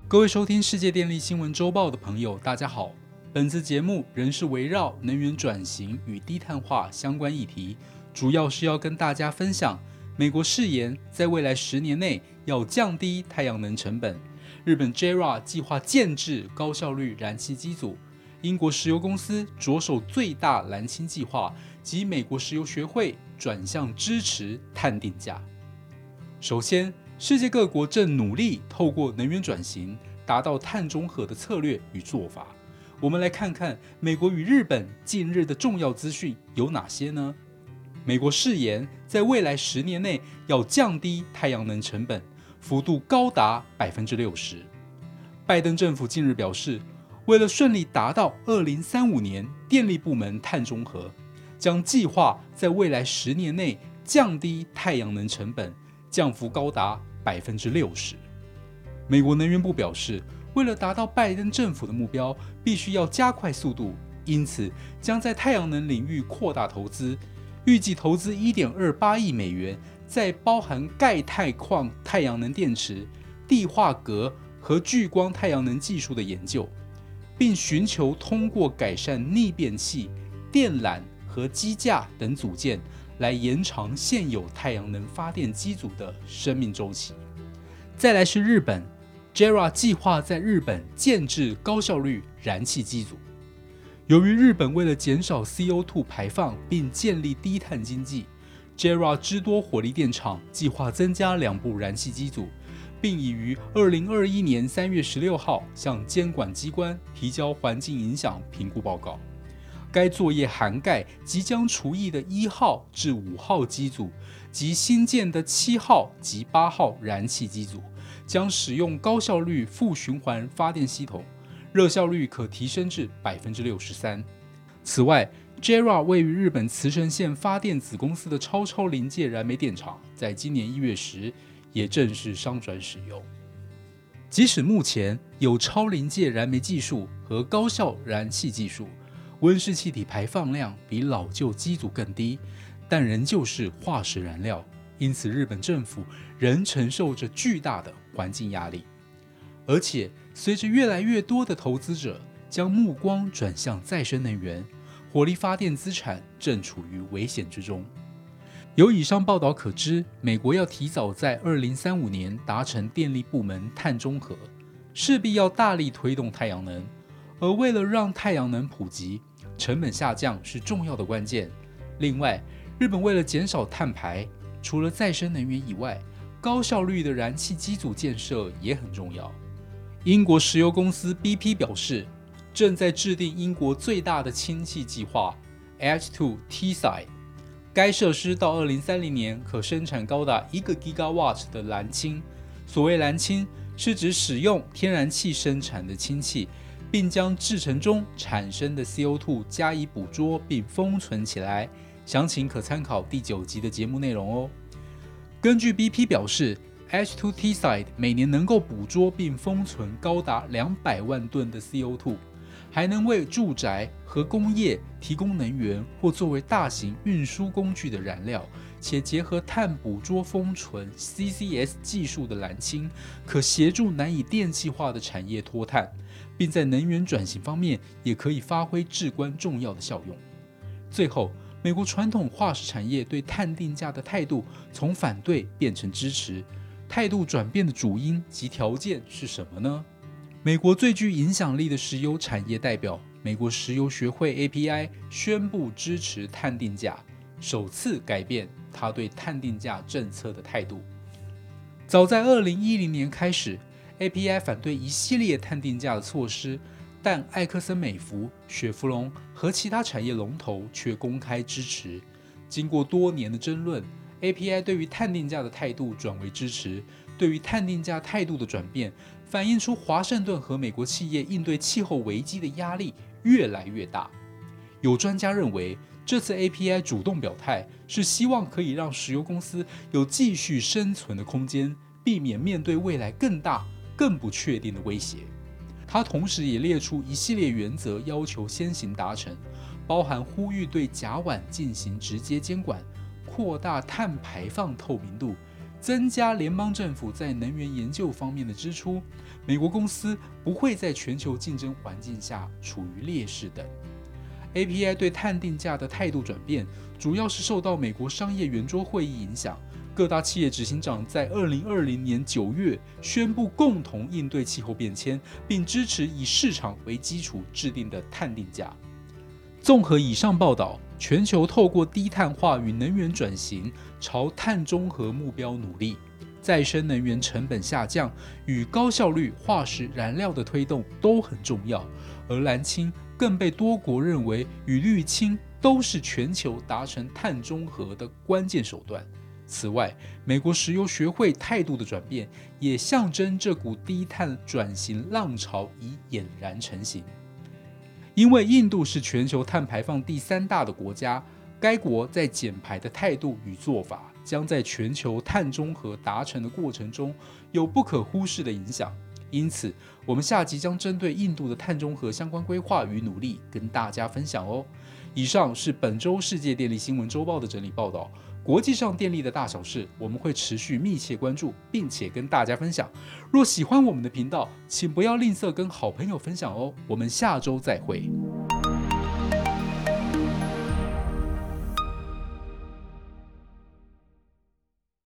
各位收听世界电力新闻周报的朋友，大家好。本次节目仍是围绕能源转型与低碳化相关议题，主要是要跟大家分享美国誓言在未来10年内要降低太阳能成本，日本 JERA 计划建制高效率燃气机组，英国石油公司着手最大蓝氢计划，及美国石油学会转向支持碳定价。首先，世界各国正努力透过能源转型达到碳中和的策略与做法。我们来看看美国与日本近日的重要资讯有哪些呢？美国誓言在未来10年内要降低太阳能成本，幅度高达 60%。 拜登政府近日表示，为了顺利达到2035年电力部门碳中和，将计划在未来10年内降低太阳能成本，降幅高达 60%。 美国能源部表示，为了达到拜登政府的目标，必须要加快速度，因此将在太阳能领域扩大投资，预计投资 1.28 亿美元，在包含钙钛矿太阳能电池、地化镉和聚光太阳能技术的研究，并寻求通过改善逆变器、电缆和机架等组件来延长现有太阳能发电机组的生命周期。再来是日本 JERA 计划在日本建制高效率燃气机组。由于日本为了减少 CO2 排放并建立低碳经济， JERA 知多火力电厂计划增加2部燃气机组，并已于2021年3月16号向监管机关提交环境影响评估报告。该作业涵盖即将除役的1号至5号机组及新建的7号及8号燃气机组，将使用高效率负循环发电系统，热效率可提升至 63%。 此外， JERA 位于日本茨城县发电子公司的超临界燃煤电厂，在今年1月时也正式商转使用。即使目前有超临界燃煤技术和高效燃气技术，温室气体排放量比老旧机组更低，但仍旧是化石燃料，因此日本政府仍承受着巨大的环境压力。而且随着越来越多的投资者将目光转向再生能源，火力发电资产正处于危险之中。由以上报道可知，美国要提早在2035年达成电力部门碳中和，势必要大力推动太阳能。而为了让太阳能普及，成本下降是重要的关键。另外，日本为了减少碳排，除了再生能源以外，高效率的燃气机组建设也很重要。英国石油公司 BP 表示，正在制定英国最大的氢气计划 H2 Teesside， 该设施到2030年可生产高达1个 GW 的蓝氢。所谓蓝氢，是指使用天然气生产的氢气，并将制成中产生的 CO2 加以捕捉并封存起来，详情可参考第9集的节目内容哦。根据 BP 表示， H2 Teesside 每年能够捕捉并封存高达200万吨的 CO2， 还能为住宅和工业提供能源或作为大型运输工具的燃料，且结合碳捕捉封存 CCS 技术的蓝氢，可协助难以电气化的产业脱碳，并在能源转型方面也可以发挥至关重要的效用。最后，美国传统化石产业对碳定价的态度从反对变成支持，态度转变的主因及条件是什么呢？美国最具影响力的石油产业代表美国石油学会 API 宣布支持碳定价，首次改变他对碳定价政策的态度。早在2010年开始， API 反对一系列碳定价的措施，但埃克森美孚、雪佛龙和其他产业龙头却公开支持。经过多年的争论， API 对于碳定价的态度转为支持。对于碳定价态度的转变，反映出华盛顿和美国企业应对气候危机的压力越来越大。有专家认为，这次 API 主动表态是希望可以让石油公司有继续生存的空间，避免面对未来更大、更不确定的威胁。他同时也列出一系列原则，要求先行达成，包含呼吁对甲烷进行直接监管，扩大碳排放透明度， 增加联邦政府在能源研究方面的支出，美国公司不会在全球竞争环境下处于劣势等。API 对碳定价的态度转变，主要是受到美国商业圆桌会议影响。各大企业执行长在2020年9月宣布共同应对气候变迁，并支持以市场为基础制定的碳定价。综合以上报道，全球透过低碳化与能源转型，朝碳中和目标努力。再生能源成本下降与高效率化石燃料的推动都很重要，而蓝氢更被多国认为与绿氢都是全球达成碳中和的关键手段。此外，美国石油学会态度的转变，也象征这股低碳转型浪潮已俨然成型。因为印度是全球碳排放第3大的国家，该国在减排的态度与做法，将在全球碳中和达成的过程中有不可忽视的影响。因此，我们下集将针对印度的碳中和相关规划与努力跟大家分享哦。以上是本周世界电力新闻周报的整理报道。国际上电力的大小事，我们会持续密切关注，并且跟大家分享。若喜欢我们的频道，请不要吝啬跟好朋友分享哦。我们下周再会。